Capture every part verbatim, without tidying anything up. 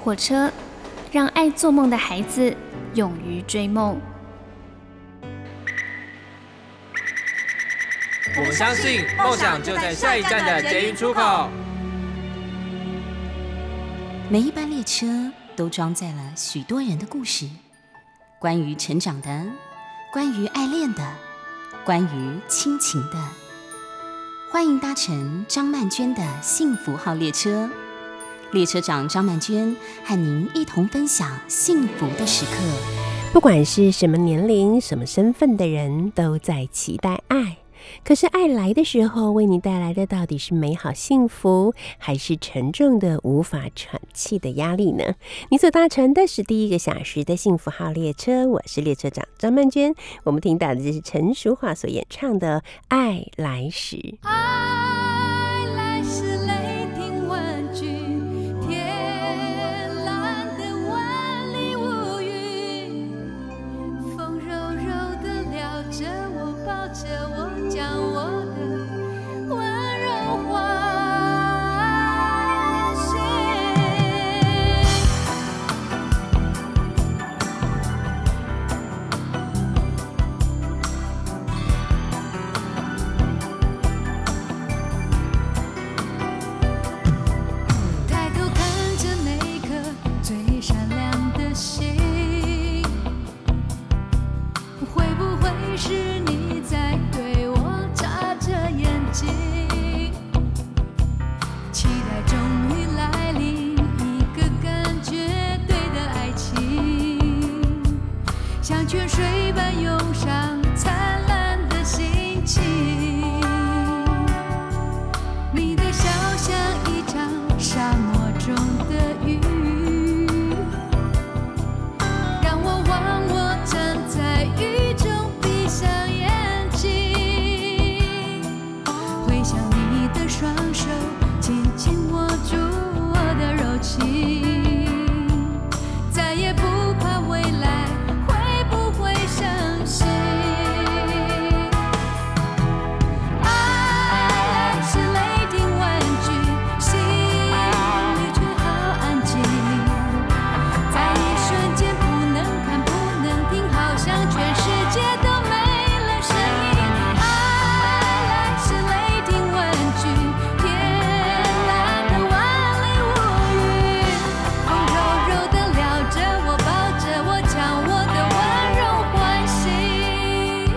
火车让爱做梦的孩子勇于追梦。 我们相信梦想就在下一站的捷运出口。 每一班列车都装载了许多人的故事，关于成长的，关于爱恋的，关于亲情的。欢迎搭乘张曼娟的幸福号列车，列车长张曼娟和您一同分享幸福的时刻。 不管是什么年龄、什么身份的人，都在期待爱。可是爱来的时候，为你带来的到底是美好幸福，还是沉重的无法喘气的压力呢？你所搭乘的是第一个小时的幸福号列车，我是列车长张曼娟。我们听到的就是陈淑桦所演唱的《爱来时》。 爱来时雷霆万钧，天蓝的万里无云，风柔柔的撩着我，抱着我，将我的温柔唤醒。抬头看着那颗最闪亮的星，会不会是你在对我眨着眼睛？期待终于来临，一个感觉对的爱情，像泉水般涌上灿烂的心情。你的笑像一场沙漠中的雨，让我忘我站在雨中，闭上眼睛，回想你的双手紧紧握住我的柔情，再也不怕未来会不会伤心。爱来时雷霆万钧，心里却好安静，在一瞬间不能看不能听，好像全世界都没了声音。爱来时雷霆万钧，天蓝的万里无云，风柔柔的撩着我，抱着我，将我的温柔唤醒。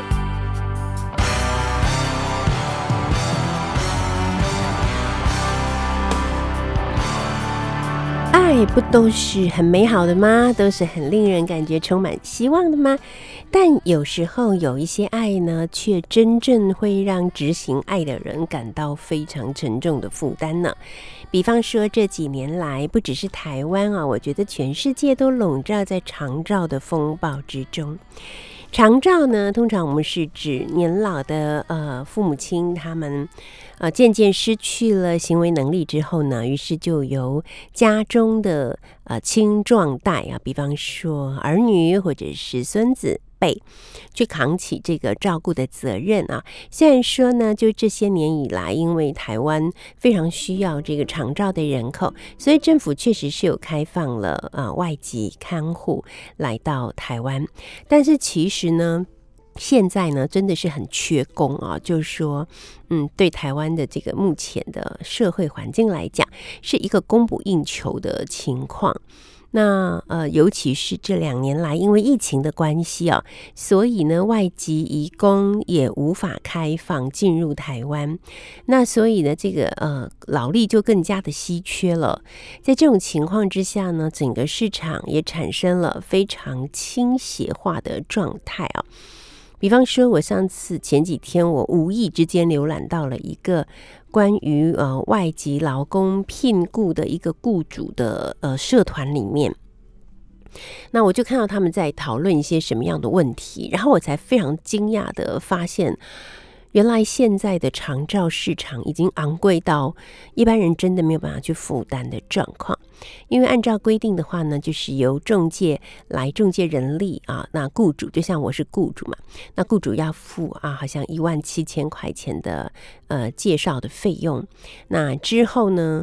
爱不都是很美好的吗？都是很令人感觉充满希望的吗？但有时候有一些爱呢，却真正会让执行爱的人感到非常沉重的负担呢。比方说这几年来，不只是台湾啊，我觉得全世界都笼罩在长照的风暴之中。长照呢，通常我们是指年老的呃父母亲，他们呃渐渐失去了行为能力之后呢，于是就由家中的呃青壮代啊，比方说儿女或者是孙子辈，去扛起这个照顾的责任啊。虽然说呢，就这些年以来，因为台湾非常需要这个长照的人口，所以政府确实是有开放了呃外籍看护来到台湾，但是其实呢，现在呢真的是很缺工啊，就是说，嗯，对台湾的这个目前的社会环境来讲，是一个供不应求的情况。那呃，尤其是这两年来，因为疫情的关系啊，所以呢，外籍移工也无法开放进入台湾。那所以呢，这个呃劳力就更加的稀缺了。在这种情况之下呢，整个市场也产生了非常倾斜化的状态啊。比方说，我上次前几天我无意之间浏览到了一个关于呃外籍劳工聘雇的一个雇主的呃社团里面，那我就看到他们在讨论一些什么样的问题，然后我才非常惊讶的发现，原来现在的长照市场已经昂贵到一般人真的没有办法去负担的状况。因为按照规定的话呢，就是由仲介来仲介人力啊，那雇主就像我是雇主嘛，那雇主要付啊，好像一万七千块钱的呃介绍的费用。那之后呢，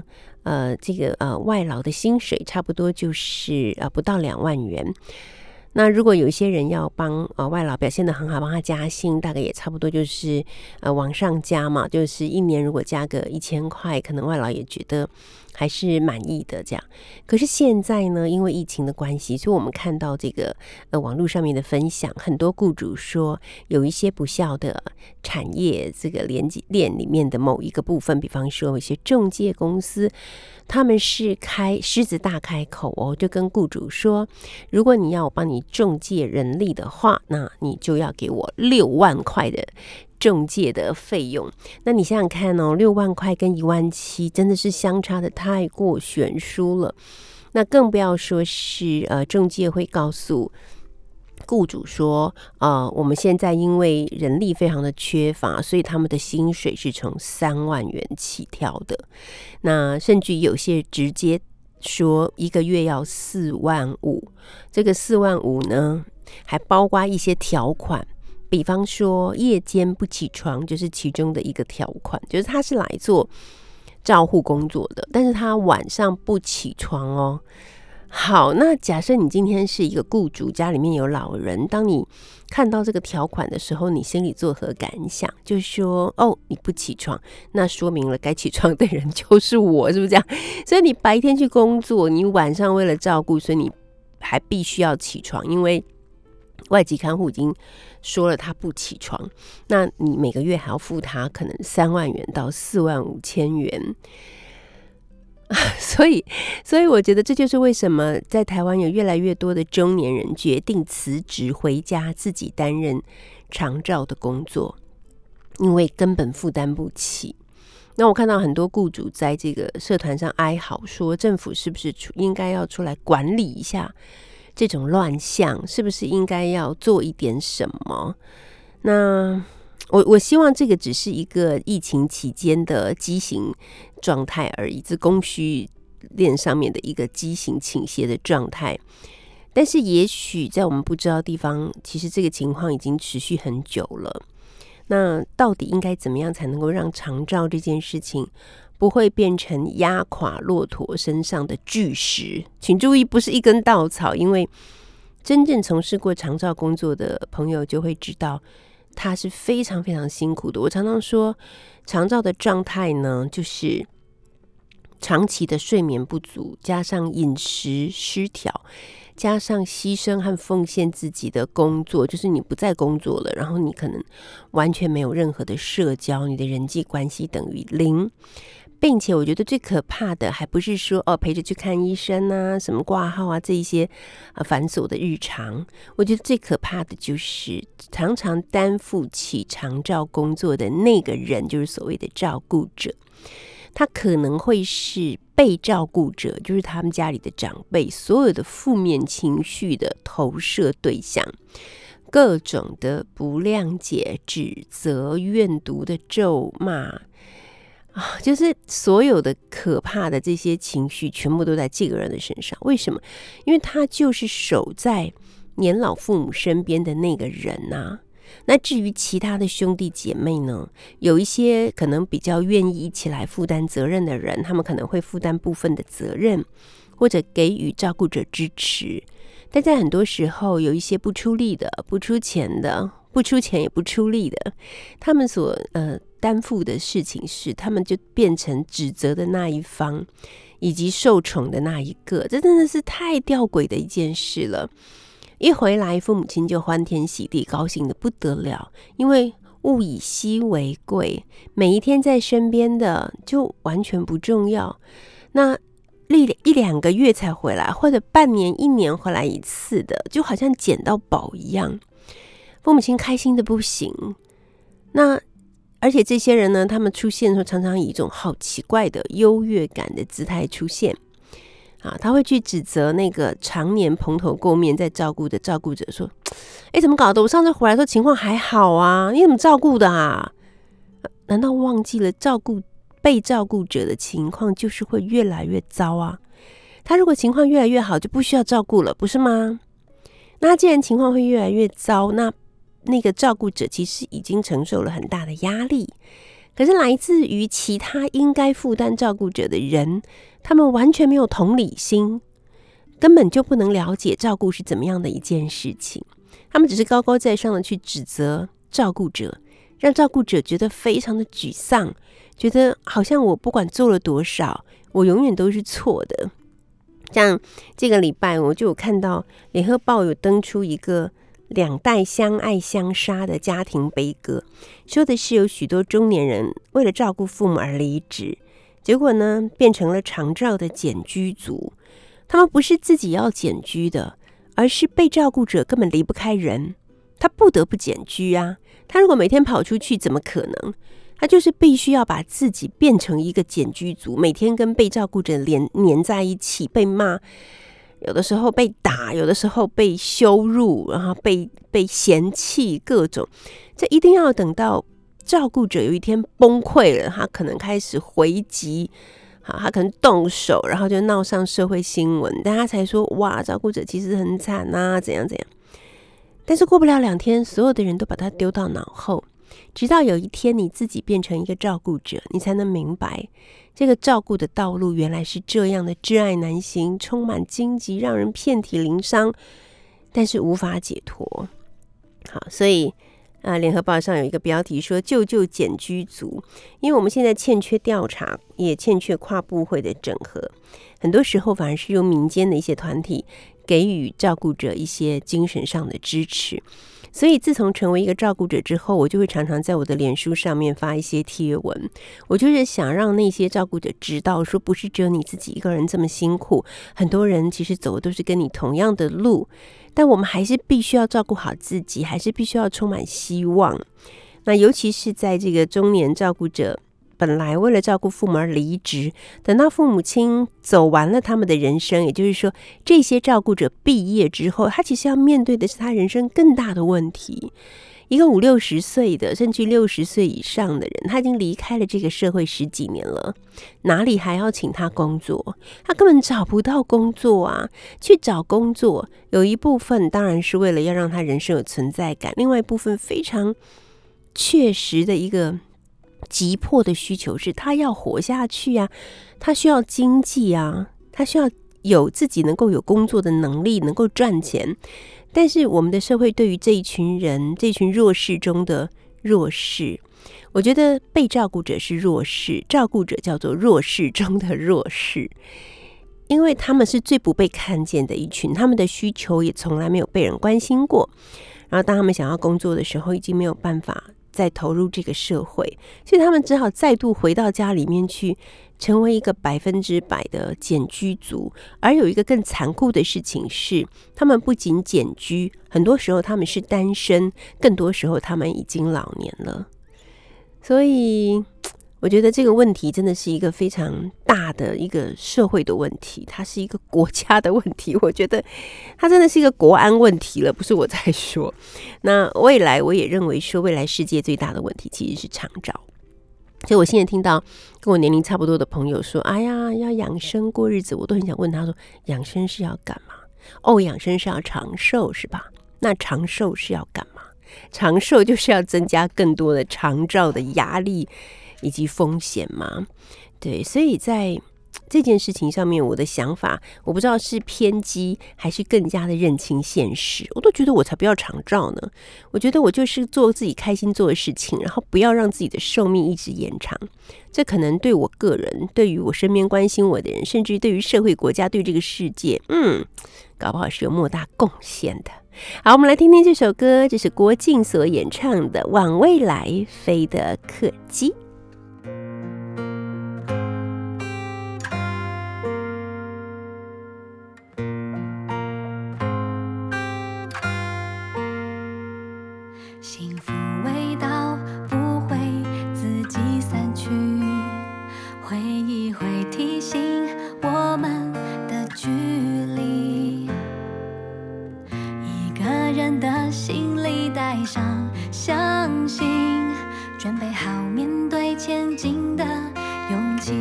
呃这个呃外劳的薪水差不多就是呃不到两万元。那如果有一些人要帮呃外劳表现得很好，帮他加薪，大概也差不多就是呃往上加嘛，就是一年如果加个一千块，可能外劳也觉得还是满意的这样。可是现在呢，因为疫情的关系，所以我们看到这个呃网络上面的分享，很多雇主说有一些不肖的产业这个连链里面的某一个部分，比方说有一些仲介公司，他们是开狮子大开口哦，就跟雇主说，如果你要我帮你仲介人力的话，那你就要给我六万块的仲介的费用。那你想想看哦，六万块跟一万七真的是相差的太过悬殊了。那更不要说是呃仲介会告诉雇主说，呃，我们现在因为人力非常的缺乏，所以他们的薪水是从三万元起跳的。那甚至有些直接说一个月要四万五，这个四万五呢，还包括一些条款，比方说夜间不起床就是其中的一个条款，就是他是来做照护工作的，但是他晚上不起床哦。好，那假设你今天是一个雇主，家里面有老人，当你看到这个条款的时候，你心里作何感想？就是说，哦，你不起床，那说明了该起床的人就是我，是不是这样？所以你白天去工作，你晚上为了照顾，所以你还必须要起床，因为外籍看护已经说了他不起床，那你每个月还要付他可能三万元到四万五千元。所以，所以我觉得这就是为什么在台湾有越来越多的中年人决定辞职回家自己担任长照的工作，因为根本负担不起。那我看到很多雇主在这个社团上哀嚎说，政府是不是应该要出来管理一下这种乱象，是不是应该要做一点什么？那我我希望这个只是一个疫情期间的畸形状态而已，这供需链上面的一个畸形倾斜的状态。但是也许在我们不知道的地方，其实这个情况已经持续很久了。那到底应该怎么样才能够让长照这件事情不会变成压垮骆驼身上的巨石？请注意，不是一根稻草，因为真正从事过长照工作的朋友就会知道，它是非常非常辛苦的。我常常说，长照的状态呢，就是长期的睡眠不足，加上饮食失调，加上牺牲和奉献自己的工作，就是你不再工作了，然后你可能完全没有任何的社交，你的人际关系等于零。并且我觉得最可怕的还不是说哦陪着去看医生啊，什么挂号啊，这一些呃繁琐的日常。我觉得最可怕的就是常常担负起长照工作的那个人，就是所谓的照顾者。他可能会是被照顾者，就是他们家里的长辈，所有的负面情绪的投射对象，各种的不谅解、指责、怨毒的咒骂。啊，就是所有的可怕的这些情绪全部都在这个人的身上。为什么？因为他就是守在年老父母身边的那个人啊。那至于其他的兄弟姐妹呢，有一些可能比较愿意一起来负担责任的人，他们可能会负担部分的责任，或者给予照顾者支持。但在很多时候，有一些不出力的、不出钱的、不出钱也不出力的，他们所呃担负的事情是，他们就变成指责的那一方，以及受宠的那一个。这真的是太吊诡的一件事了。一回来，父母亲就欢天喜地，高兴得不得了，因为物以稀为贵，每一天在身边的就完全不重要。那一两个月才回来，或者半年、一年回来一次的，就好像捡到宝一样，父母亲开心的不行。那而且这些人呢，他们出现的时候，常常以一种好奇怪的优越感的姿态出现。啊，他会去指责那个常年蓬头垢面在照顾的照顾者说：“哎，怎么搞的？我上次回来的时候情况还好啊，你怎么照顾的啊？难道忘记了照顾被照顾者的情况就是会越来越糟啊？他如果情况越来越好，就不需要照顾了，不是吗？那既然情况会越来越糟，那那个照顾者其实已经承受了很大的压力。 可是来自于其他应该负担照顾者的人，他们完全没有同理心，根本就不能了解照顾是怎么样的一件事情。他们只是高高在上的去指责照顾者，让照顾者觉得非常的沮丧，觉得好像我不管做了多少，我永远都是错的。像这个礼拜我就有看到联合报有登出一个两代相爱相杀的家庭悲歌，说的是有许多中年人为了照顾父母而离职，结果呢变成了长照的简居族。他们不是自己要简居的，而是被照顾者根本离不开人，他不得不简居啊。他如果每天跑出去怎么可能？他就是必须要把自己变成一个简居族，每天跟被照顾者连黏在一起，被骂，有的时候被打，有的时候被羞辱，然后被被嫌弃，各种。这一定要等到照顾者有一天崩溃了，他可能开始回击，好，他可能动手，然后就闹上社会新闻，大家才说哇，照顾者其实很惨啊，怎样怎样。但是过不了两天，所有的人都把它丢到脑后，直到有一天你自己变成一个照顾者，你才能明白这个照顾的道路原来是这样的挚爱难行，充满荆棘，让人遍体鳞伤，但是无法解脱。好，所以啊，联合报上有一个标题说救救简居族，因为我们现在欠缺调查，也欠缺跨部会的整合，很多时候反而是由民间的一些团体给予照顾者一些精神上的支持。所以自从成为一个照顾者之后，我就会常常在我的脸书上面发一些贴文，我就是想让那些照顾者知道说，不是只有你自己一个人这么辛苦，很多人其实走的都是跟你同样的路，但我们还是必须要照顾好自己，还是必须要充满希望。那尤其是在这个中年照顾者本来为了照顾父母而离职，等到父母亲走完了他们的人生，也就是说这些照顾者毕业之后，他其实要面对的是他人生更大的问题。一个五六十岁的甚至六十岁以上的人，他已经离开了这个社会十几年了，哪里还要请他工作？他根本找不到工作啊！去找工作有一部分当然是为了要让他人生有存在感，另外一部分非常确实的一个急迫的需求是他要活下去啊，他需要经济啊，他需要有自己能够有工作的能力，能够赚钱。但是我们的社会对于这一群人，这群弱势中的弱势，我觉得被照顾者是弱势，照顾者叫做弱势中的弱势，因为他们是最不被看见的一群，他们的需求也从来没有被人关心过，然后当他们想要工作的时候，已经没有办法再投入这个社会，所以他们只好再度回到家里面去，成为一个百分之百的简居族。而有一个更残酷的事情是，他们不仅简居，很多时候他们是单身，更多时候他们已经老年了。所以我觉得这个问题真的是一个非常大的一个社会的问题，它是一个国家的问题，我觉得它真的是一个国安问题了，不是我在说。那未来我也认为说，未来世界最大的问题其实是长照。所以我现在听到跟我年龄差不多的朋友说，哎呀，要养生过日子，我都很想问他说，养生是要干嘛？哦，养生是要长寿是吧？那长寿是要干嘛？长寿就是要增加更多的长照的压力以及风险嘛。对，所以在这件事情上面，我的想法我不知道是偏激还是更加的认清现实，我都觉得我才不要长照呢。我觉得我就是做自己开心做的事情，然后不要让自己的寿命一直延长，这可能对我个人，对于我身边关心我的人，甚至于对于社会国家，对这个世界，嗯，搞不好是有莫大贡献的。好，我们来听听这首歌，这是郭靖所演唱的《往未来飞的客机》。 幸福味道不会自己散去，回忆会提醒我们的距离，一个人的心里带上相信，准备好面对前进的勇气。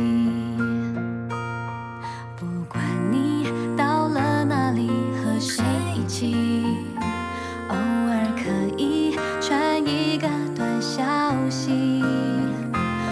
不管你到了哪里，和谁一起，偶尔可以传一个短消息，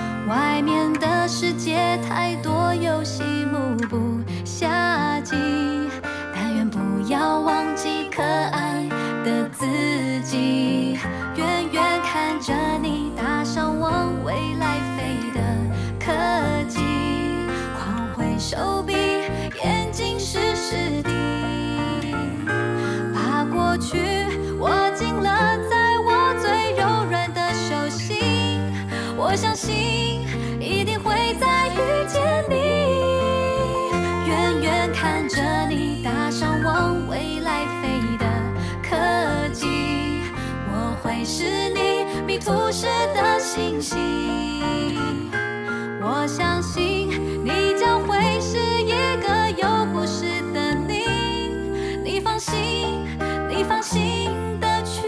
眼看着你搭上往未来飞的科技，我会是你迷途时的星星。我相信你将会是一个有故事的你，你放心，你放心的去。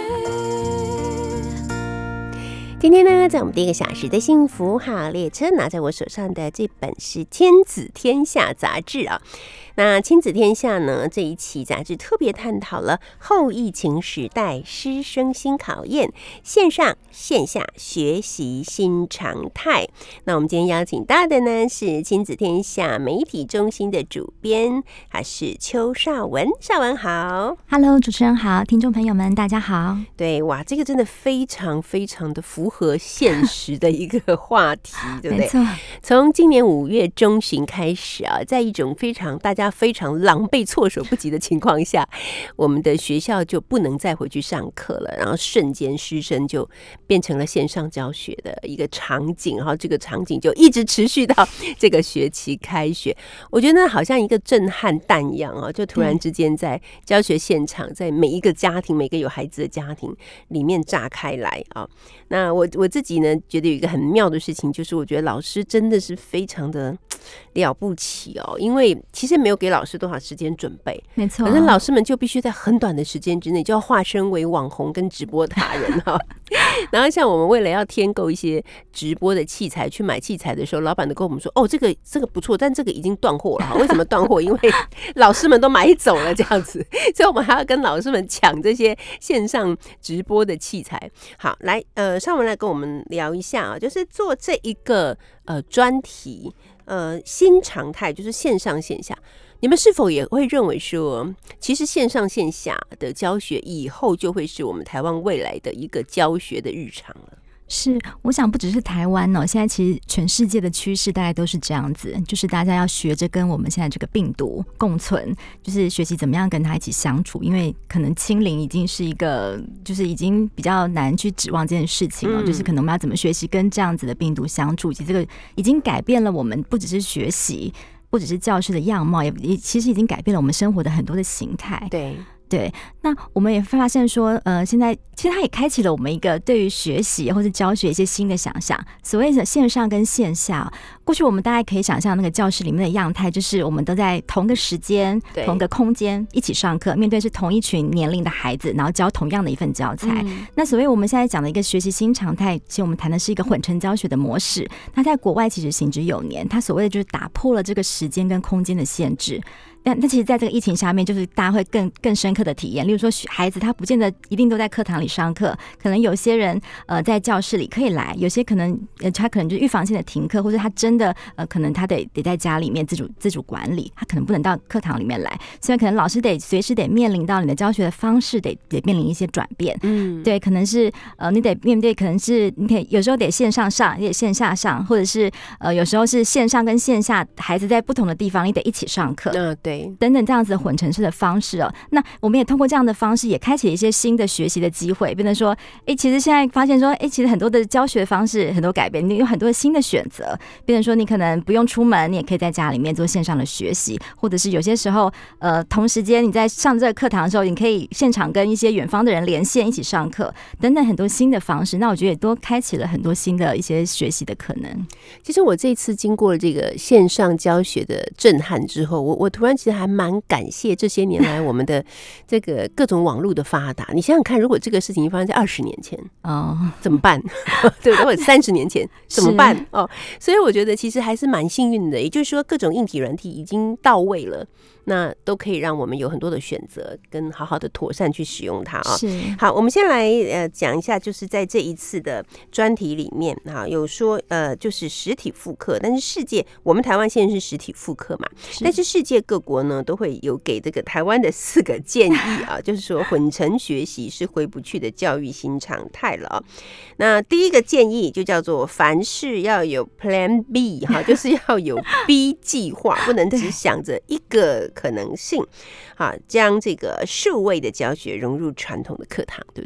今天呢，在我们第一个小时的幸福号列车，拿在我手上的这本是《亲子天下》杂志啊。那《亲子天下》呢，这一期杂志特别探讨了后疫情时代师生新考验，线上线下学习新常态。那我们今天邀请到的呢是《亲子天下》媒体中心的主编，还是邱绍文。绍文好。 Hello， 主持人好，听众朋友们大家好。 对，哇，这个真的非常非常的符合现实的一个话题，对不对？ 没错。 从今年五月中旬开始啊，在一种非常大家非常狼狈措手不及的情况下，我们的学校就不能再回去上课了，然后瞬间师生就变成了线上教学的一个场景，然后这个场景就一直持续到这个学期开学。我觉得好像一个震撼弹一样啊，就突然之间在教学现场，在每一个家庭，每个有孩子的家庭里面炸开来啊。那我我自己呢，觉得有一个很妙的事情，就是我觉得老师真的是非常的了不起哦，因为其实没有给老师多少时间准备， 没错， 可是老师们就必须在很短的时间之内就要化身为网红跟直播达人哈。然后像我们为了要添购一些直播的器材，去买器材的时候，老板都跟我们说，哦，这个这个不错，但这个已经断货了。为什么断货？因为老师们都买走了这样子，所以我们还要跟老师们抢这些线上直播的器材。好，来，呃，上文来跟我们聊一下啊，就是做这一个呃专题，呃，新常态就是线上线下。你们是否也会认为说，其实线上线下的教学以后就会是我们台湾未来的一个教学的日常了？ 是，我想不只是台湾哦，现在其实全世界的趋势大概都是这样子，就是大家要学着跟我们现在这个病毒共存，就是学习怎么样跟它一起相处，因为可能清零已经是一个，就是已经比较难去指望这件事情了、嗯，就是可能我们要怎么学习跟这样子的病毒相处，以及这个已经改变了我们不只是学习，不只是教室的样貌，也也其实已经改变了我们生活的很多的形态。 对。 对，那我们也发现说，呃，现在其实它也开启了我们一个对于学习或是教学一些新的想象。所谓的线上跟线下，过去我们大概可以想象那个教室里面的样态，就是我们都在同个时间、同个空间一起上课，面对是同一群年龄的孩子，然后教同样的一份教材。嗯、那所谓我们现在讲的一个学习新常态，其实我们谈的是一个混成教学的模式。它在国外其实行之有年，它所谓的就是打破了这个时间跟空间的限制。但那其实在这个疫情下面，就是大家会更更深刻的体验，例如说孩子他不见得一定都在课堂里上课，可能有些人呃在教室里可以来，有些可能呃他可能就预防性的停课，或者他真的呃可能他得得在家里面自主自主管理，他可能不能到课堂里面来，所以可能老师得随时得面临到你的教学的方式得得面临一些转变，嗯，对，可能是呃你得面对，可能是你可以有时候得线上上，也得线下上，或者是呃有时候是线上跟线下孩子在不同的地方，你得一起上课，嗯、呃、对。等等这样子的混成式的方式哦，那我们也通过这样的方式，也开启了一些新的学习的机会。变成说，哎，其实现在发现说，哎，其实很多的教学方式很多改变，你有很多的新的选择。变成说，你可能不用出门，你也可以在家里面做线上的学习，或者是有些时候，呃，同时间你在上这个课堂的时候，你可以现场跟一些远方的人连线一起上课，等等很多新的方式。那我觉得也都开启了很多新的一些学习的可能。 其实我这次经过了这个线上教学的震撼之后，我我突然其实还蛮感谢这些年来我们的这个各种网络的发达。你想想看，如果这个事情发生在二十年前，哦，怎么办？对不对？或者三十年前怎么办？哦，所以我觉得其实还是蛮幸运的。也就是说，各种硬体软体已经到位了，那都可以让我们有很多的选择，跟好好的妥善去使用它啊。是。好，我们先来呃讲一下，就是在这一次的专题里面啊，有说呃就是实体复课，但是世界我们台湾现在是实体复课嘛，但是世界各国呢都会有给这个台湾的四个建议啊，就是说混成学习是回不去的教育新常态了啊。那第一个建议就叫做凡事要有 Plan B 哈，就是要有 B 计划，不能只想着一个可能性，好，将这个数位的教学融入传统的课堂，对不对？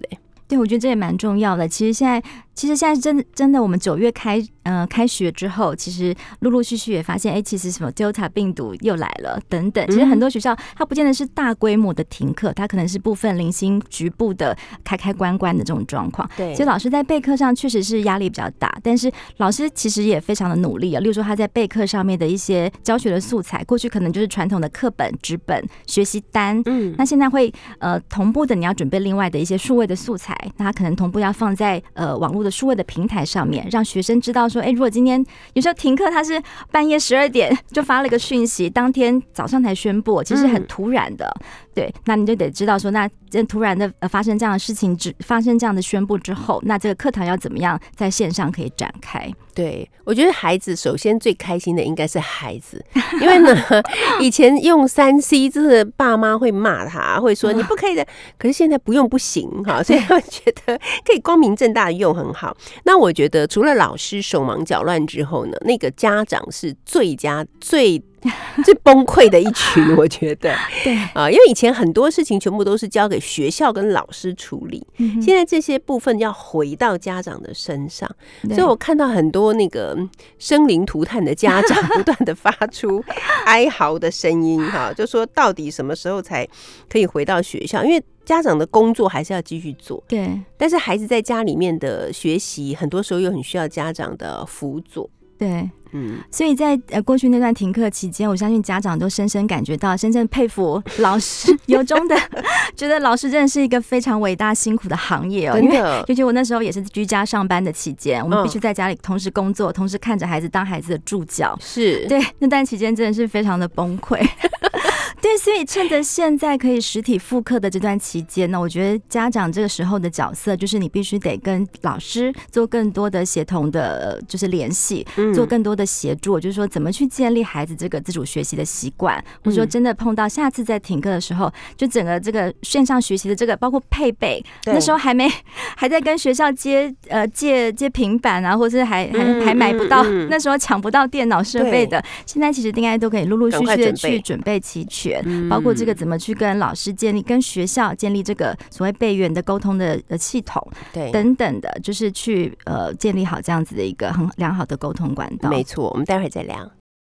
对，我觉得这也蛮重要的。其实现在，其实现在真的真的，我们九月开呃开学之后，其实陆陆续续也发现，哎，其实什么 Delta 病毒又来了等等。其实很多学校它不见得是大规模的停课，它可能是部分零星局部的开开关关的这种状况。 对， 所以老师在备课上确实是压力比较大，但是老师其实也非常的努力啊。例如说他在备课上面的一些教学的素材，过去可能就是传统的课本、纸本、学习单，嗯，那现在会呃同步的，你要准备另外的一些数位的素材。那他可能同步要放在呃网络的数位的平台上面，让学生知道说，哎，如果今天有时候停课，他是半夜十二点就发了一个讯息，当天早上才宣布，其实很突然的，嗯、对，那你就得知道说，那突然的发生这样的事情，发生这样的宣布之后，那这个课堂要怎么样在线上可以展开？ 对，我觉得孩子首先最开心的应该是孩子，因为呢，以前用三 C， 真的爸妈会骂他，会说你不可以的，可是现在不用不行哈，所以他们觉得可以光明正大的用很好。那我觉得除了老师手忙脚乱之后呢，那个家长是最佳最。最崩溃的一群，我觉得， 对啊，因为以前很多事情全部都是交给学校跟老师处理，嗯、现在这些部分要回到家长的身上，所以我看到很多那个生灵涂炭的家长不断的发出哀嚎的声音，哈，就说到底什么时候才可以回到学校？因为家长的工作还是要继续做， 对， 但是孩子在家里面的学习，很多时候又很需要家长的辅佐。 对，嗯，所以在呃过去那段停课期间，我相信家长都深深感觉到，深深佩服老师，由衷的觉得老师真的是一个非常伟大辛苦的行业哦。因为尤其我那时候也是居家上班的期间，我们必须在家里同时工作，同时看着孩子当孩子的助教， 是对那段期间真的是非常的崩溃。对，所以趁着现在可以实体复课的这段期间呢，我觉得家长这个时候的角色就是你必须得跟老师做更多的协同的，就是联系，做更多的协助，就是说怎么去建立孩子这个自主学习的习惯，或者说真的碰到下次在停课的时候，就整个这个线上学习的这个包括配备，那时候还没还在跟学校接呃借借平板啊，或者是还还还买不到，那时候抢不到电脑设备的，现在其实应该都可以陆陆续续的去准备齐全。包括这个怎么去跟老师建立、跟学校建立这个所谓备援的沟通的系统，对，等等的，就是去呃建立好这样子的一个很良好的沟通管道。 没错，我们待会儿再聊。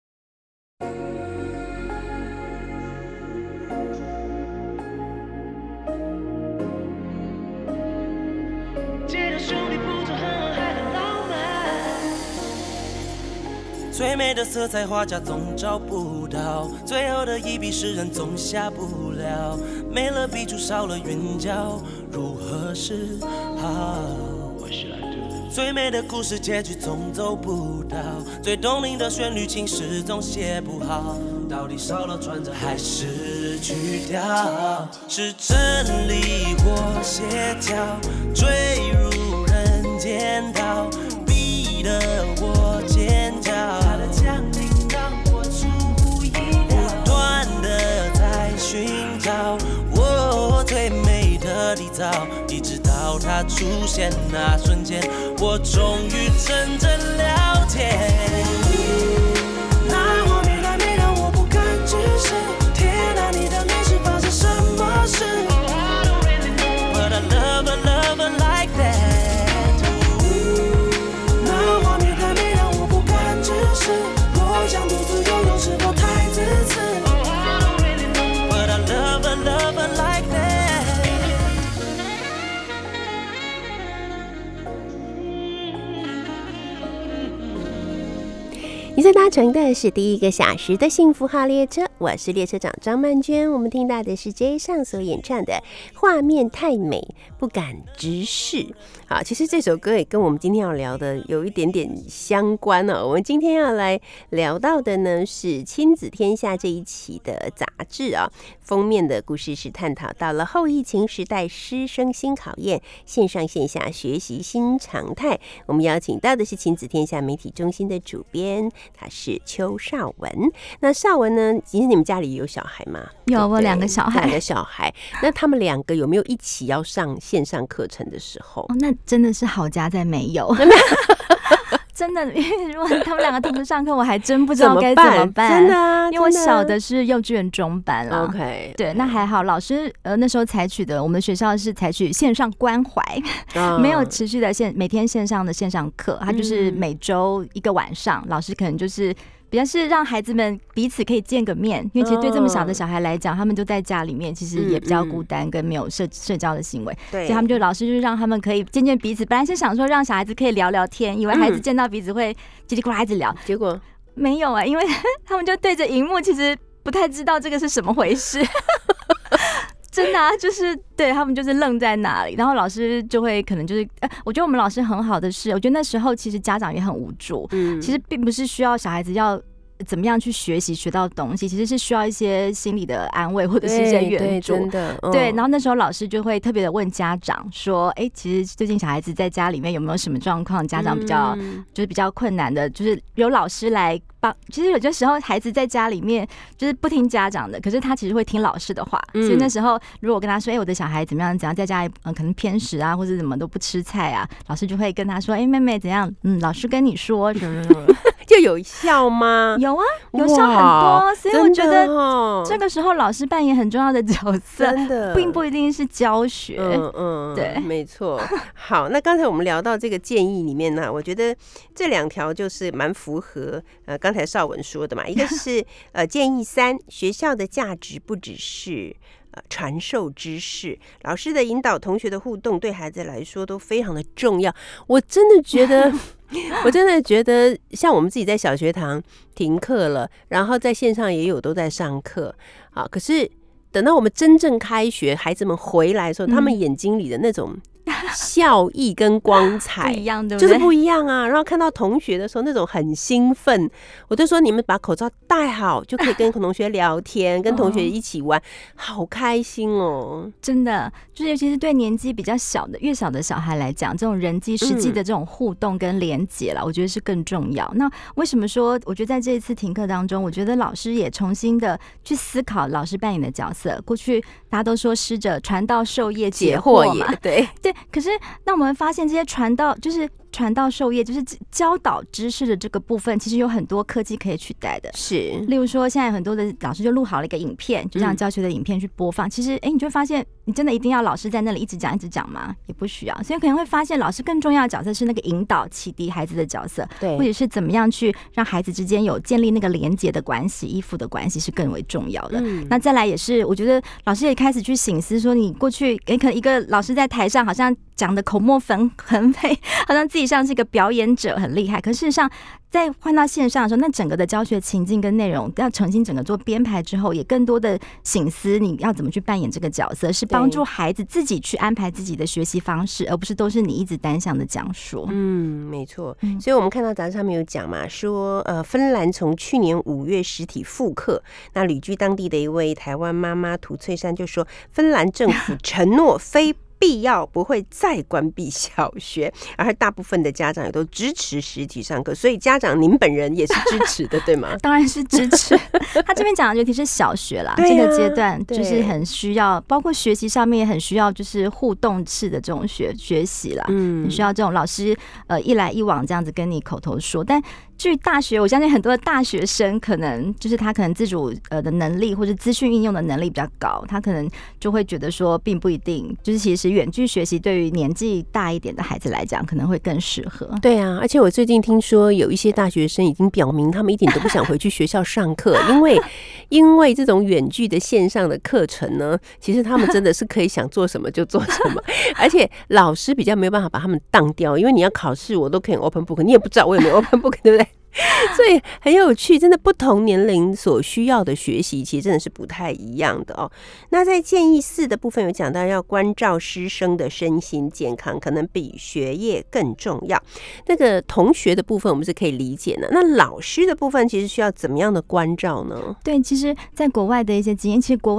最美的色彩画家总找不到，最后的一笔诗人总下不了，没了笔触少了韵脚，如何是好？最美的故事结局总走不到，最动听的旋律情诗总写不好，到底少了转折还是曲调？是真理或协调？坠入人间道，逼得我尖叫。他的降临让我出乎意料，不断的在寻找我最美的底噪，一直到它出现那瞬间，我终于真正了解。那画面太美让我不敢直视，天哪，你的脸是发生什么事 ？But I love, I love, I like that。那画面太美让我不敢直视，若想独自游泳是否太自私 ？But I love, I love, I like that。 你在搭乘的是第一个小时的幸福号列车，我是列车长张曼娟。我们听到的是 J 上所演唱的《画面太美不敢直视》。好，其实这首歌也跟我们今天要聊的有一点点相关哦。我们今天要来聊到的呢是亲子天下这一期的杂志啊，封面的故事是探讨到了后疫情时代师生新考验，线上线下学习新常态。我们邀请到的是亲子天下媒体中心的主编，他是邱少文。那少文呢？其实你们家里有小孩吗？ 有，我两个小孩。 两个小孩。那他们两个有没有一起要上线上课程的时候？ 哦，那真的是好家在没有。 真的，因为如果他们两个同时上课，我还真不知道该怎么办。 真的啊， 因为我小的是幼稚园中班了。 OK， 对，那还好，老师呃那时候采取的，我们学校是采取线上关怀，哦、没有持续的线每天线上的线上课，它就是每周一个晚上，嗯、老师可能就是比较是让孩子们彼此可以见个面，因为其实对这么小的小孩来讲，他们就在家里面，其实也比较孤单，跟没有社社交的行为，所以他们就老师就是让他们可以见见彼此。本来是想说让小孩子可以聊聊天，以为孩子见到彼此会叽里呱啦一直聊， 结果没有啊，因为他们就对着荧幕，其实不太知道这个是什么回事。真的啊，就是对他们就是愣在那里，然后老师就会可能就是，呃，我觉得我们老师很好的是，我觉得那时候其实家长也很无助，嗯，其实并不是需要小孩子要怎么样去学习学到东西，其实是需要一些心理的安慰或者是一些援助， 真的，嗯、 对。然后那时候老师就会特别的问家长说，哎，其实最近小孩子在家里面有没有什么状况？家长比较、嗯、就是比较困难的，就是有老师来帮。其实有些时候孩子在家里面就是不听家长的，可是他其实会听老师的话。嗯、所以那时候如果我跟他说，哎，我的小孩怎么样怎样，在家里、嗯、可能偏食啊，或者怎么都不吃菜啊，老师就会跟他说，哎，妹妹怎样？嗯，老师跟你说什么什么。 就有效吗？ 有啊，有效很多，所以我觉得这个时候老师扮演很重要的角色，真的，并不一定是教学。嗯嗯，对，没错。好，那刚才我们聊到这个建议里面呢，我觉得这两条就是蛮符合呃刚才邵文说的嘛，一个是呃建议三，学校的价值不只是呃传授知识，老师的引导、同学的互动，对孩子来说都非常的重要。我真的觉得。我真的觉得，像我们自己在小学堂停课了，然后在线上也有都在上课，啊，可是等到我们真正开学，孩子们回来的时候，嗯、他们眼睛里的那种笑意跟光彩不一样，对不对？就是不一样啊。然后看到同学的时候，那种很兴奋，我就说你们把口罩戴好，就可以跟同学聊天，跟同学一起玩，好开心哦！ 真的，就是尤其是对年纪比较小的、越小的小孩来讲，这种人际实际的这种互动跟连结啦，嗯、我觉得是更重要。那为什么说？我觉得在这一次停课当中，我觉得老师也重新的去思考老师扮演的角色。过去大家都说师者，传道授业解惑嘛， 对对。可是，那我们发现这些传道就是传道授业，就是教导知识的这个部分，其实有很多科技可以取代的。 是， 例如说，现在很多的老师就录好了一个影片，就像教学的影片去播放。嗯、其实，哎，你就会发现，你真的一定要老师在那里一直讲、一直讲吗？也不需要。所以可能会发现，老师更重要的角色是那个引导、启迪孩子的角色，对，或者是怎么样去让孩子之间有建立那个连结的关系、依附的关系是更为重要的。嗯、那再来也是，我觉得老师也开始去省思说，你过去，哎，可能一个老师在台上好像讲的口沫横横飞，好像自己像是一个表演者很厉害，可事实上在换到线上的时候，那整个的教学情境跟内容要重新整个做编排之后，也更多的省思你要怎么去扮演这个角色，是帮助孩子自己去安排自己的学习方式，而不是都是你一直单向的讲述。 嗯，没错。所以我们看到杂志上面有讲嘛，说呃，芬兰从去年五月实体复课，那旅居当地的一位台湾妈妈涂翠珊就说，芬兰政府承诺非必要不会再关闭小学，而大部分的家长也都支持实体上课，所以家长您本人也是支持的，对吗？ 当然是支持。他这边讲的尤其是小学啦，啊、这个阶段就是很需要，包括学习上面也很需要，就是互动式的这种学学习啦，嗯，很需要这种老师呃一来一往这样子跟你口头说，但。至于大学，我相信很多的大学生可能就是他可能自主呃的能力或者资讯应用的能力比较高，他可能就会觉得说并不一定，就是其实远距学习对于年纪大一点的孩子来讲可能会更适合。 对啊，而且我最近听说有一些大学生已经表明他们一点都不想回去学校上课，因为因为这种远距的线上的课程呢，其实他们真的是可以想做什么就做什么，而且老师比较没有办法把他们当掉，因为你要考试我都可以 open book， 你也不知道我有没有 open book， 对不对？所以很有趣，真的不同年龄所需要的学习其实真的是不太一样的哦。那在建议四的部分有讲到要关照师生的身心健康，可能比学业更重要。那个同学的部分我们是可以理解的，那老师的部分其实需要怎么样的关照呢？ 对，其实在国外的一些经验，其实国外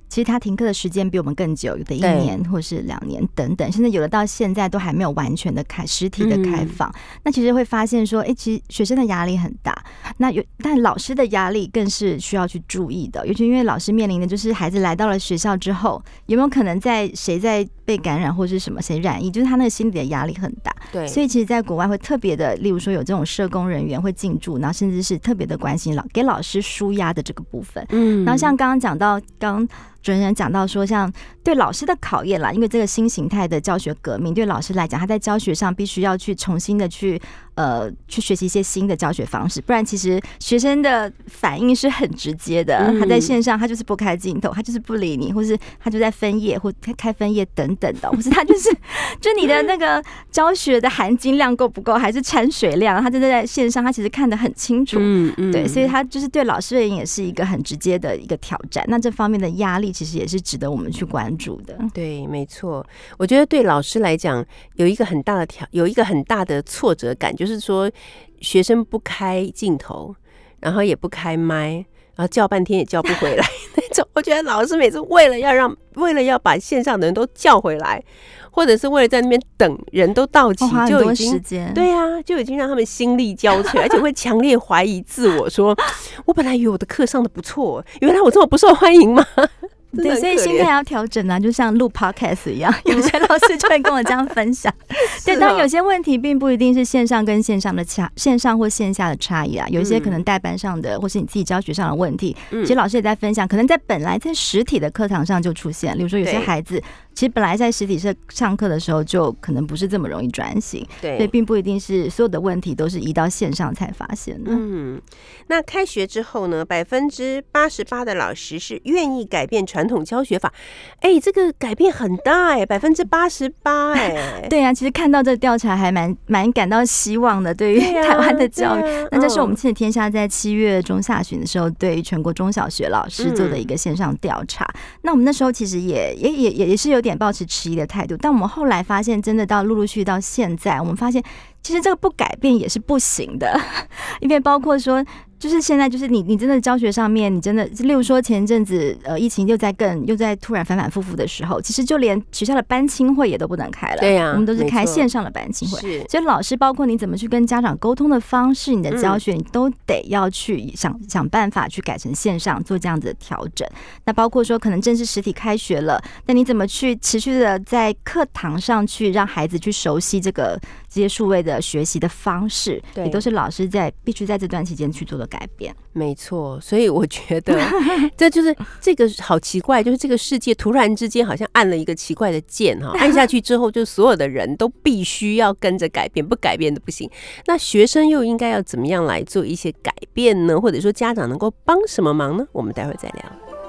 其实他停课的时间比我们更久，有的一年或是两年等等，甚至有的到现在都还没有完全的开实体的开放。嗯、那其实会发现说，哎、欸，其实学生的压力很大，那有但老师的压力更是需要去注意的，尤其因为老师面临的就是孩子来到了学校之后，有没有可能在谁在被感染或是什么谁染疫，就是他那个心理的压力很大。 对， 所以其实在国外会特别的，例如说有这种社工人员会进驻，然后甚至是特别的关心老给老师抒压的这个部分。嗯，然后像刚刚讲到刚。主持人讲到说，像对老师的考验啦，因为这个新形态的教学革命，对老师来讲，他在教学上必须要去重新的去呃去学习一些新的教学方式，不然其实学生的反应是很直接的。嗯、他在线上，他就是不开镜头，他就是不理你，或是他就在分页或开分页等等的，或是他就是就你的那个教学的含金量够不够，还是掺水量，他真的在线上，他其实看得很清楚。嗯嗯，对，所以他就是对老师而言也是一个很直接的一个挑战。那这方面的压力其实也是值得我们去关注的。 对，没错。我觉得对老师来讲，有一个很大的挑，有一个很大的挫折感，就是说学生不开镜头，然后也不开麦，然后叫半天也叫不回来那种。我觉得老师每次为了要让，为了要把线上的人都叫回来，或者是为了在那边等人都到齐， 哦、 就已经时间对啊，就已经让他们心力交瘁，而且会强烈怀疑自我说，说我本来以为我的课上的不错，原来我这么不受欢迎吗？ 对，所以心态要调整啊，就像录 podcast 一样，有些老师就会跟我这样分享。对，当然有些问题并不一定是线上跟线上的差，线上或线下的差异啊，有一些可能代班上的，或是你自己教学上的问题，嗯、其实老师也在分享，可能在本来在实体的课堂上就出现，比如说有些孩子。其实本来在实体上上课的时候，就可能不是这么容易专心，对，所以并不一定是所有的问题都是移到线上才发现的。 嗯，那开学之后呢，百分之八十八的老师是愿意改变传统教学法，哎，这个改变很大哎，百分之八十八哎。 对啊，其实看到这个调查还蛮蛮感到希望的，对于台湾的教育。啊、那这是我们亲子天下在七月中下旬的时候，对于全国中小学老师做的一个线上调查。嗯、那我们那时候其实也也也也是有点抱持迟疑的态度，但我们后来发现，真的到陆陆续续到现在，我们发现其实这个不改变也是不行的，因为包括说。就是现在，就是你，你真的教学上面，你真的，例如说前一阵子，呃，疫情又在更又在突然反反复复的时候，其实就连学校的班亲会也都不能开了。 对呀、啊， 我们都是开线上的班亲会。所以老师，包括你怎么去跟家长沟通的方式，你的教学，你都得要去想想办法去改成线上，做这样子的调整。那包括说，可能正式实体开学了，那你怎么去持续的在课堂上去让孩子去熟悉这个这些数位的学习的方式，也都是老师在必须在这段期间去做的改变。 没错，所以我觉得这就是这个好奇怪，就是这个世界突然之间好像按了一个奇怪的键哈，按下去之后，就所有的人都必须要跟着改变，不改变的不行。那学生又应该要怎么样来做一些改变呢？或者说家长能够帮什么忙呢？我们待会儿再聊。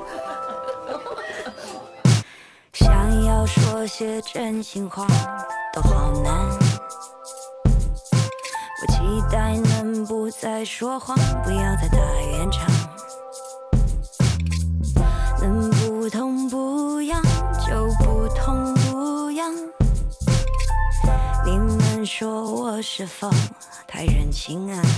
想要说些真心话都好难，我期待能不再说谎，不要再打圆场，能不痛不痒就不痛不痒。你们说我是否太任性啊？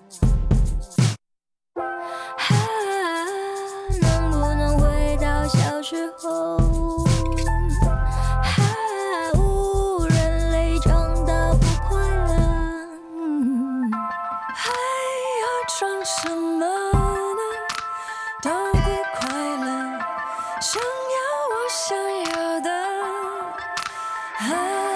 啊，能不能回到小时候？什么呢？都不快乐，想要我想要的。啊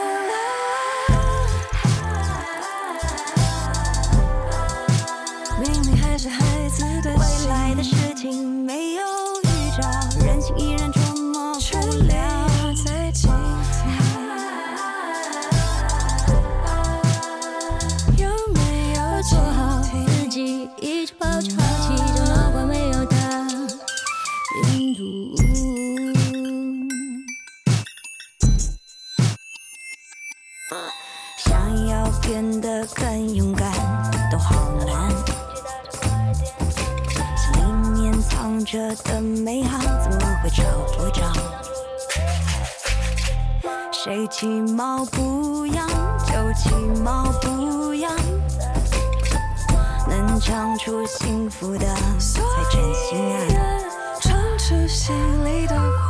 明明还是孩子的心，未来的事情没有预兆，人心依然捉摸不了。在今天，有没有做好自己？一直保持好奇，就脑瓜没有大病毒。想要变得更勇敢，都好难。心里面藏着的美好，怎么会找不着？谁其貌不扬，就其貌不扬。能唱出幸福的才真心爱，唱出心里的话。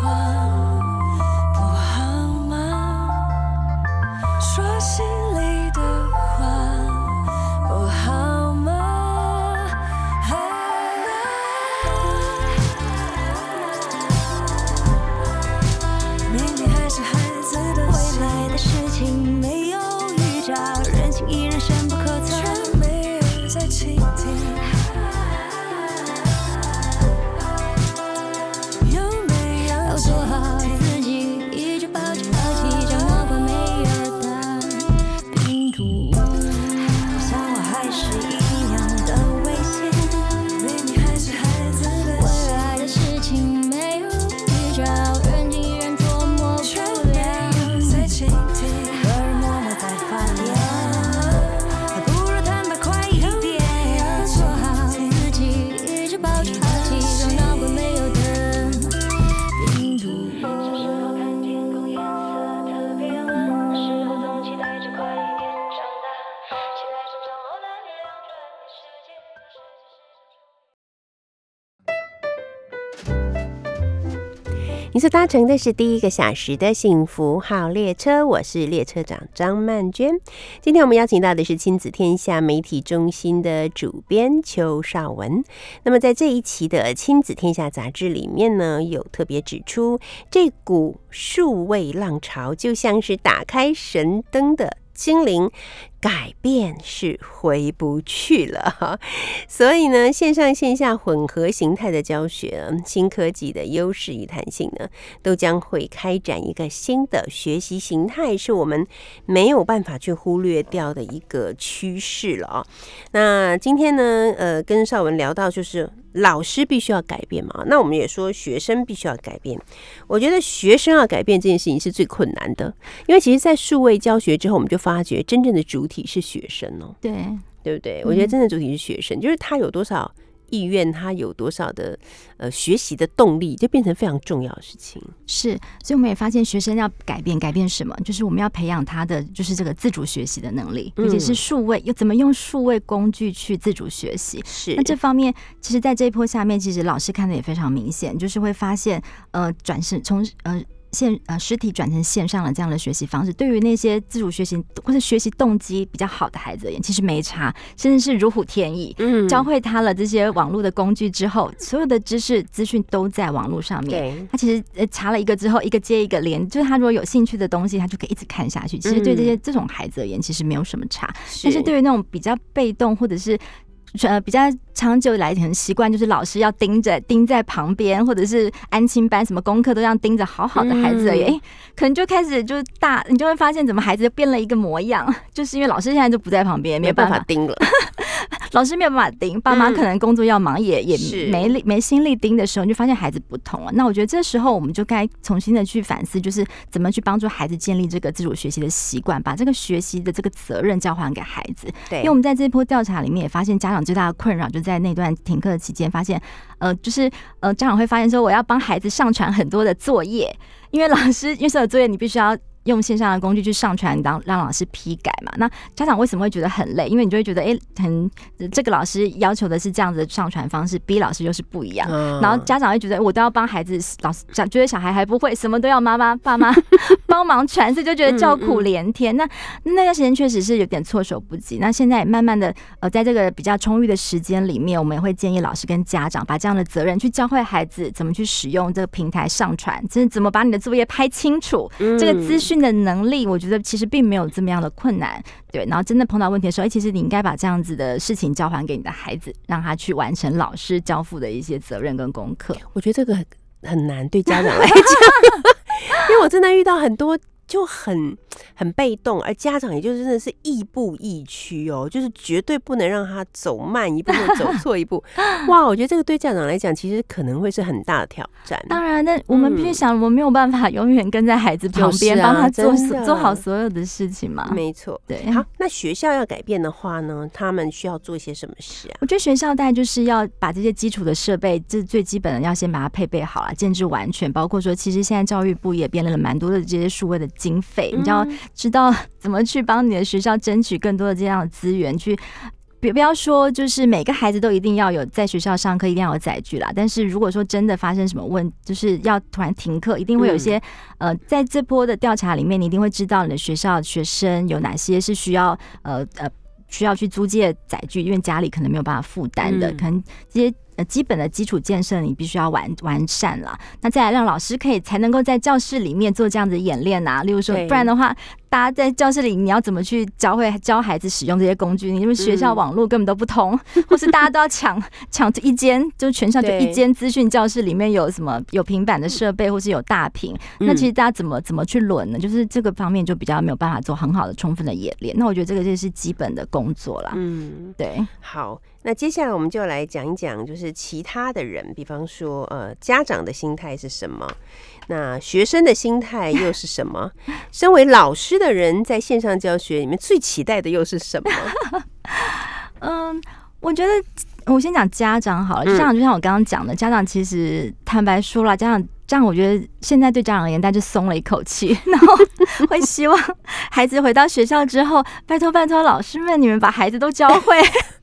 你所搭乘的是第一个小时的幸福号列车，我是列车长张曼娟。今天我们邀请到的是亲子天下媒体中心的主编邱绍文。那么在这一期的亲子天下杂志里面呢，有特别指出，这股数位浪潮就像是打开神灯的精灵，改变是回不去了。所以呢，线上线下混合形态的教学，新科技的优势与弹性呢，都将会开展一个新的学习形态，是我们没有办法去忽略掉的一个趋势了哦。那今天呢，呃，跟绍文聊到就是老师必须要改变嘛，那我们也说学生必须要改变。我觉得学生要改变这件事情是最困难的，因为其实在数位教学之后，我们就发觉真正的主体是学生哦， 对对不对？我觉得真正的主体是学生，就是他有多少意愿，他有多少的呃学习的动力，就变成非常重要的事情。 是，所以我们也发现学生要改变，改变什么？就是我们要培养他的就是这个自主学习的能力，尤其是数位，又怎么用数位工具去自主学习。 是， 那这方面，其实在这一波下面，其实老师看的也非常明显，就是会发现，呃，转身从呃。线呃实体转成线上的这样的学习方式，对于那些自主学习或是学习动机比较好的孩子而言，其实没差，甚至是如虎添翼。嗯，教会他了这些网络的工具之后，所有的知识资讯都在网络上面。对，他其实呃查了一个之后，一个接一个连，就是他如果有兴趣的东西，他就可以一直看下去。其实对这些这种孩子而言，其实没有什么差。但是对于那种比较被动或者是呃，比较长久以来很习惯，就是老师要盯着盯在旁边，或者是安亲班什么功课都要盯着好好的孩子而已，哎、嗯，可能就开始就是大，你就会发现怎么孩子变了一个模样，就是因为老师现在就不在旁边，没有办法盯了。 老师没有办法盯，爸妈可能工作要忙，也也没力没心力盯的时候，你就发现孩子不同了。那我觉得这时候我们就该重新的去反思，就是怎么去帮助孩子建立这个自主学习的习惯，把这个学习的这个责任交还给孩子。对，因为我们在这一波调查里面也发现，家长最大的困扰就在那段停课期间，发现呃，就是呃，家长会发现说，我要帮孩子上传很多的作业，因为老师因为所有作业你必须要用线上的工具去上传，让让老师批改嘛。那家长为什么会觉得很累？因为你就会觉得，哎、欸，很这个老师要求的是这样子的上传方式 ，B 老师又是不一样。嗯、然后家长会觉得，我都要帮孩子，老师觉得小孩还不会，什么都要妈妈爸妈帮忙传，所以就觉得叫苦连天。嗯嗯那那段时间确实是有点措手不及。那现在慢慢的，呃，在这个比较充裕的时间里面，我们也会建议老师跟家长把这样的责任去教会孩子怎么去使用这个平台上传，就是怎么把你的作业拍清楚，嗯、这个资讯的能力，我觉得其实并没有这么样的困难，对。然后真的碰到问题的时候，哎，其实你应该把这样子的事情交还给你的孩子，让他去完成老师交付的一些责任跟功课。 我觉得这个很难对家长来讲，因为我真的遇到很多就很很被动，而家长也就真的是亦步亦趋哦，就是绝对不能让他走慢一步或走错一步。哇，我觉得这个对家长来讲，其实可能会是很大的挑战。 当然，但我们必须想，嗯、我们没有办法永远跟在孩子旁边，帮、啊、他做做好所有的事情嘛。 没错， 对。 好，那学校要改变的话呢，他们需要做一些什么事啊？ 我觉得学校大概就是要把这些基础的设备，这最基本的要先把它配备好了，建制完全。包括说，其实现在教育部也编了蛮多的这些数位的经费，你要知道怎么去帮你的学校争取更多的这样的资源，去不要说就是每个孩子都一定要有在学校上课一定要有载具啦，但是如果说真的发生什么问，就是要突然停课，一定会有一些、嗯、呃，在这波的调查里面，你一定会知道你的学校学生有哪些是需要呃呃需要去租借载具，因为家里可能没有办法负担的，嗯、可能这些。呃，基本的基础建设你必须要完完善啦。那再来让老师可以才能够在教室里面做这样的演练啊。例如说，不然的话，大家在教室里你要怎么去教会教孩子使用这些工具？你们学校网络根本都不通，嗯、或是大家都要抢抢一间，就全校就一间资讯教室里面有什么有平板的设备，或是有大屏。嗯、那其实大家怎么怎么去轮呢？就是这个方面就比较没有办法做很好的充分的演练。那我觉得这个就是基本的工作啦。嗯，对。 好。那接下来我们就来讲一讲，就是其他的人，比方说，呃，家长的心态是什么？那学生的心态又是什么？身为老师的人，在线上教学里面最期待的又是什么？ 嗯，我觉得我先讲家长好了。家长就像我刚刚讲的，家长其实坦白说啦，家长这样，我觉得现在对家长而言，大家就松了一口气，然后会希望孩子回到学校之后，拜托拜托老师们，你们把孩子都教会。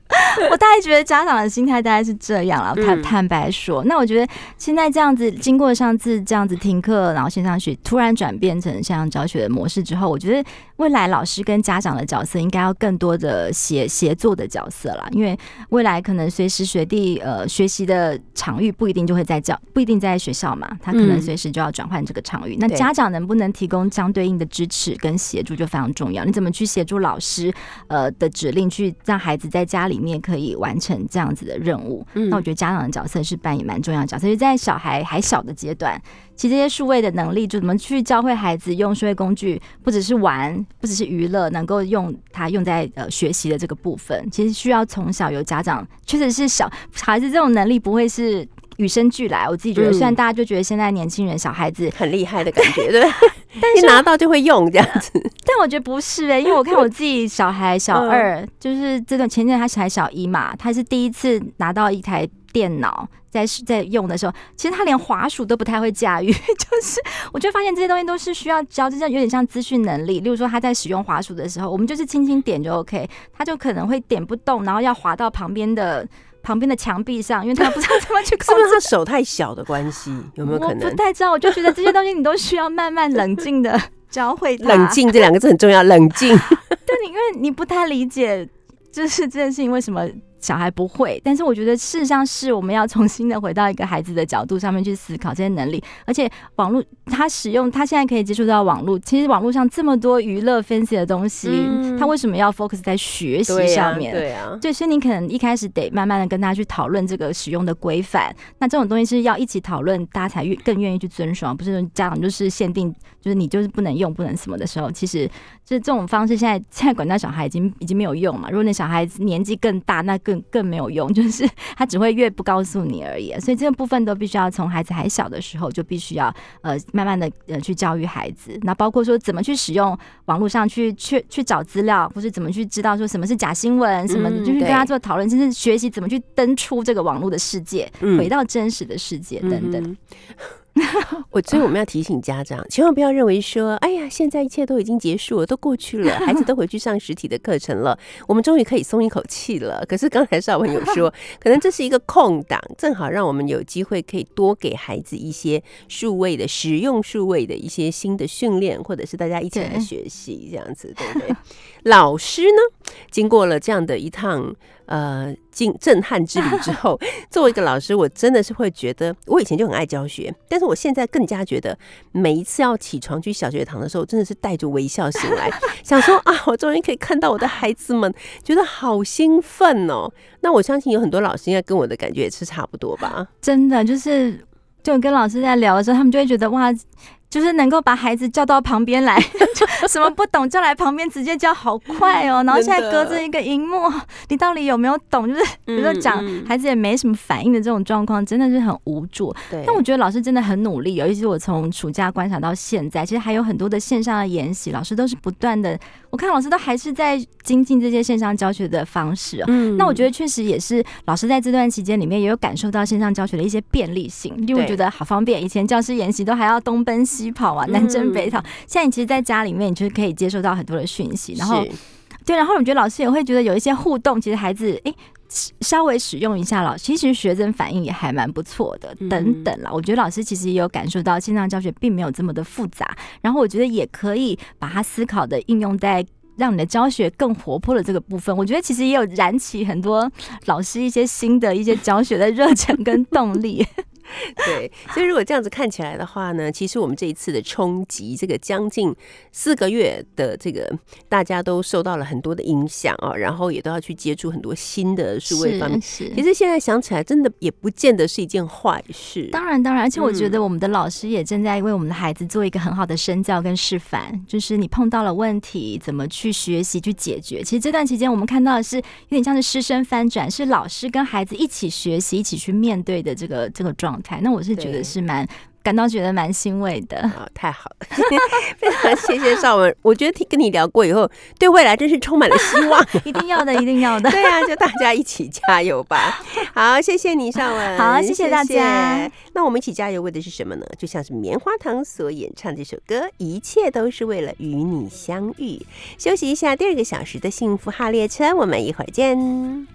我大概觉得家长的心态大概是这样了，坦坦白说。那我觉得现在这样子，经过上次这样子停课，然后线上学突然转变成线上教学的模式之后，我觉得未来老师跟家长的角色应该要更多的协协作的角色啦，因为未来可能随时随地呃学习的场域不一定就会在教，不一定在学校嘛，他可能随时就要转换这个场域。嗯、那家长能不能提供相对应的支持跟协助就非常重要。你怎么去协助老师呃的指令，去让孩子在家里面可以完成这样子的任务？嗯、那我觉得家长的角色是扮演蛮重要的角色，就是在小孩还小的阶段，其实这些数位的能力，就怎么去教会孩子用数位工具，不只是玩，不只是娱乐，能够用它用在呃学习的这个部分，其实需要从小有家长，确实是小孩子这种能力不会是与生俱来。我自己觉得，虽然大家就觉得现在年轻人小孩子很厉害的感觉，对，但是拿到就会用这样子。 但我觉得不是哎、欸，因为我看我自己小孩小二，嗯、就是这段前阵他才小一嘛，他是第一次拿到一台电脑。在在用的时候，其实他连滑鼠都不太会驾驭，就是我就发现这些东西都是需要教，这有点像资讯能力。例如说他在使用滑鼠的时候，我们就是轻轻点就 OK， 他就可能会点不动，然后要滑到旁边的旁边的墙壁上，因为他不知道怎么去控制。 是不是他手太小的关系？有没有可能？ 我不太知道，我就觉得这些东西你都需要慢慢冷静的教会他。 冷静这两个字很重要，冷静。 对，你因为你不太理解，就是这件事情为什么小孩不会，但是我觉得事实上是我们要重新的回到一个孩子的角度上面去思考这些能力，而且网络他使用他现在可以接触到网络，其实网络上这么多娱乐 fancy 的东西，嗯、他为什么要 focus 在学习上面？ 对啊， 对，所以你可能一开始得慢慢的跟他去讨论这个使用的规范，那这种东西是要一起讨论，大家才更愿意去遵守，不是家长就是限定，就是你就是不能用不能什么的时候，其实就是这种方式现在现在管教小孩已经已经没有用嘛。如果那小孩子年纪更大，那更更没有用，就是他只会越不告诉你而已。所以这个部分都必须要从孩子还小的时候就必须要呃慢慢的呃去教育孩子。那包括说怎么去使用网络上去去去找资料，或是怎么去知道说什么是假新闻什么的，嗯、就是跟他做讨论，甚至学习怎么去登出这个网络的世界，嗯、回到真实的世界等等。嗯我所以我们要提醒家长，千万不要认为说，哎呀，现在一切都已经结束了，都过去了，孩子都回去上实体的课程了，我们终于可以松一口气了。可是刚才少文有说，可能这是一个空档，正好让我们有机会可以多给孩子一些数位的使用数位的一些新的训练，或者是大家一起来学习，这样子，对不对？老师呢，经过了这样的一趟呃震撼之旅之后，作为一个老师，我真的是会觉得，我以前就很爱教学，但是我现在更加觉得，每一次要起床去小学堂的时候，真的是带着微笑醒来，想说啊，我终于可以看到我的孩子们，觉得好兴奋哦。那我相信有很多老师应该跟我的感觉也是差不多吧？ 真的就是，就跟老师在聊的时候，他们就会觉得哇。就是能够把孩子叫到旁边来，什么不懂叫来旁边直接教，好快哦。然后现在隔着一个荧幕，你到底有没有懂？就是比如说讲孩子也没什么反应的这种状况，真的是很无助。但我觉得老师真的很努力，尤其是我从暑假观察到现在，其实还有很多的线上的研习，老师都是不断的，我看老师都还是在精进这些线上教学的方式、哦嗯、那我觉得确实也是老师在这段期间里面也有感受到线上教学的一些便利性，因为我觉得好方便，以前教师研习都还要东奔西跑啊，南征北讨、嗯、现在你其实在家里面你就是可以接受到很多的讯息，然后对，然后我觉得老师也会觉得有一些互动，其实孩子哎稍微使用一下老师，其实学生反应也还蛮不错的等等啦。我觉得老师其实也有感受到线上教学并没有这么的复杂，然后我觉得也可以把它思考的应用在让你的教学更活泼的这个部分，我觉得其实也有燃起很多老师一些新的一些教学的热忱跟动力。 对，所以如果这样子看起来的话呢，其实我们这一次的冲击，这个将近四个月的这个，大家都受到了很多的影响啊，然后也都要去接触很多新的数位方面。其实现在想起来，真的也不见得是一件坏事。 当然，当然，而且我觉得我们的老师也正在为我们的孩子做一个很好的身教跟示范，就是你碰到了问题，怎么去学习去解决。其实这段期间我们看到的是有点像是师生翻转，是老师跟孩子一起学习、一起去面对的这个这个状态。那我是觉得是蛮感到觉得蛮欣慰的。 哦，太好了，非常谢谢少文。我觉得跟你聊过以后，对未来真是充满了希望。 一定要的，一定要的。 对啊，就大家一起加油吧。好，谢谢你，少文。 好，谢谢大家。 谢谢。那我们一起加油为的是什么呢？就像是棉花糖所演唱这首歌，一切都是为了与你相遇。休息一下，第二个小时的幸福号列车，我们一会儿见。